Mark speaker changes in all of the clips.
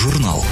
Speaker 1: Аудиожурнал.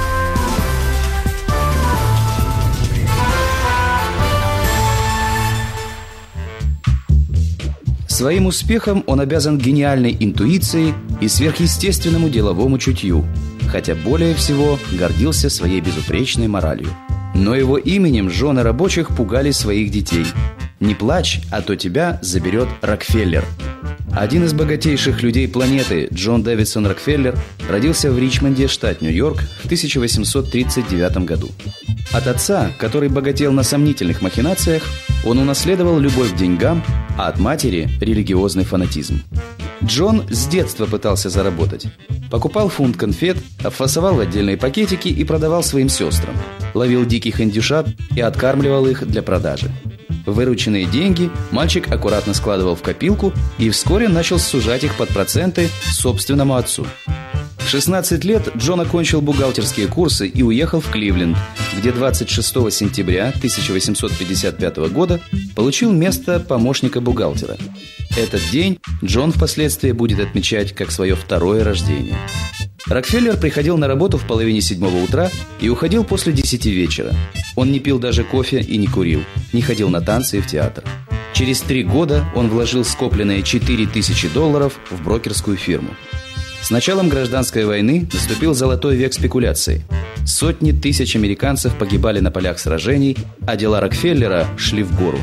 Speaker 2: Своим успехом он обязан гениальной интуиции и сверхъестественному деловому чутью, хотя более всего гордился своей безупречной моралью. Но его именем жены рабочих пугали своих детей. «Не плачь, а то тебя заберет Рокфеллер». Один из богатейших людей планеты, Джон Дэвидсон Рокфеллер, родился в Ричмонде, штат Нью-Йорк, в 1839 году. От отца, который богател на сомнительных махинациях, он унаследовал любовь к деньгам, а от матери – религиозный фанатизм. Джон с детства пытался заработать. Покупал фунт конфет, обфасовал в отдельные пакетики и продавал своим сестрам. Ловил диких индюшат и откармливал их для продажи. Вырученные деньги мальчик аккуратно складывал в копилку и вскоре начал сужать их под проценты собственному отцу. В 16 лет Джон окончил бухгалтерские курсы и уехал в Кливленд, где 26 сентября 1855 года получил место помощника бухгалтера. Этот день Джон впоследствии будет отмечать как свое второе рождение. Рокфеллер приходил на работу в половине 7 утра и уходил после 10 вечера. Он не пил даже кофе и не курил, не ходил на танцы и в театр. Через 3 года он вложил скопленные $4000 в брокерскую фирму. С началом гражданской войны наступил золотой век спекуляций. Сотни тысяч американцев погибали на полях сражений, а дела Рокфеллера шли в гору.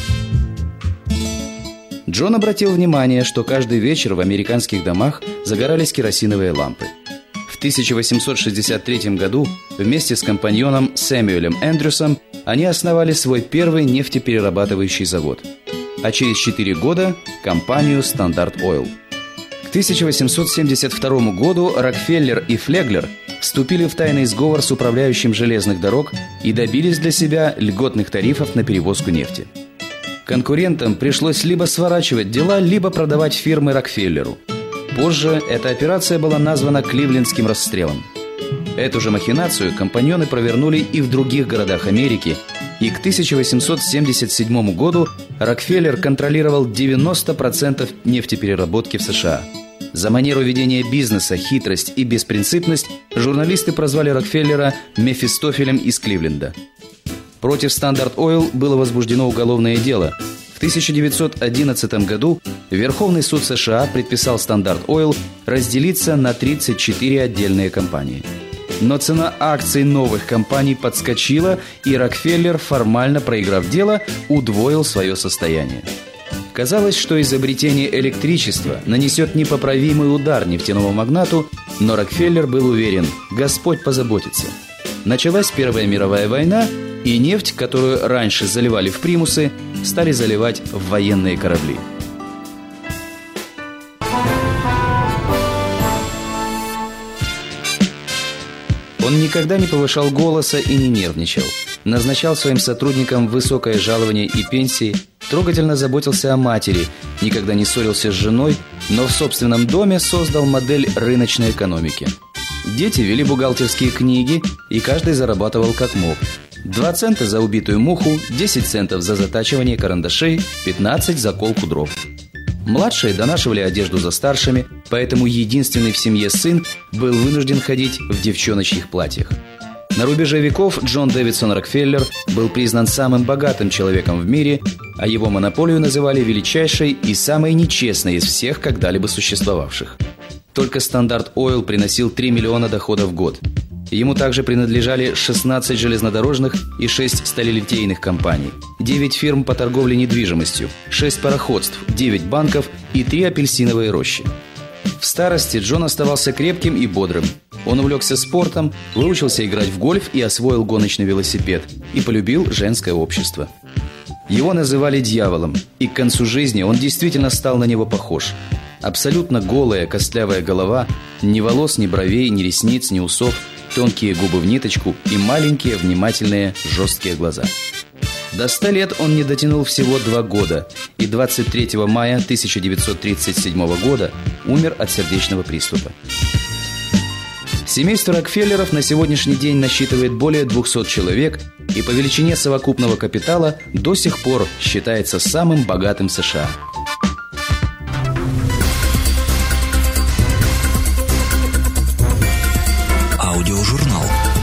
Speaker 2: Джон обратил внимание, что каждый вечер в американских домах загорались керосиновые лампы. В 1863 году вместе с компаньоном Сэмюэлем Эндрюсом они основали свой первый нефтеперерабатывающий завод, а через 4 года – компанию Standard Oil. К 1872 году Рокфеллер и Флеглер вступили в тайный сговор с управляющим железных дорог и добились для себя льготных тарифов на перевозку нефти. Конкурентам пришлось либо сворачивать дела, либо продавать фирмы Рокфеллеру. Позже эта операция была названа Кливлендским расстрелом. Эту же махинацию компаньоны провернули и в других городах Америки, и к 1877 году Рокфеллер контролировал 90% нефтепереработки в США. За манеру ведения бизнеса, хитрость и беспринципность журналисты прозвали Рокфеллера Мефистофелем из Кливленда. Против Standard Oil было возбуждено уголовное дело. В 1911 году Верховный суд США предписал Standard Oil разделиться на 34 отдельные компании. Но цена акций новых компаний подскочила, и Рокфеллер, формально проиграв дело, удвоил свое состояние. Казалось, что изобретение электричества нанесет непоправимый удар нефтяному магнату, но Рокфеллер был уверен – Господь позаботится. Началась Первая мировая война, и нефть, которую раньше заливали в примусы, стали заливать в военные корабли. Он никогда не повышал голоса и не нервничал. Назначал своим сотрудникам высокое жалование и пенсии, трогательно заботился о матери, никогда не ссорился с женой, но в собственном доме создал модель рыночной экономики. Дети вели бухгалтерские книги, и каждый зарабатывал как мог. 2 цента за убитую муху, 10 центов за затачивание карандашей, 15 за колку дров. Младшие донашивали одежду за старшими, поэтому единственный в семье сын был вынужден ходить в девчоночьих платьях. На рубеже веков Джон Дэвидсон Рокфеллер был признан самым богатым человеком в мире, а его монополию называли величайшей и самой нечестной из всех когда-либо существовавших. Только Standard Oil приносил 3 миллиона доходов в год. Ему также принадлежали 16 железнодорожных и 6 сталелитейных компаний, 9 фирм по торговле недвижимостью, 6 пароходств, 9 банков и 3 апельсиновые рощи. В старости Джон оставался крепким и бодрым. Он увлекся спортом, выучился играть в гольф и освоил гоночный велосипед, и полюбил женское общество. Его называли дьяволом, и к концу жизни он действительно стал на него похож. Абсолютно голая костлявая голова, ни волос, ни бровей, ни ресниц, ни усов, тонкие губы в ниточку и маленькие, внимательные, жесткие глаза. До 100 лет он не дотянул всего 2 года, и 23 мая 1937 года умер от сердечного приступа. Семейство Рокфеллеров на сегодняшний день насчитывает более 200 человек и по величине совокупного капитала до сих пор считается самым богатым в США.
Speaker 1: Радиожурнал.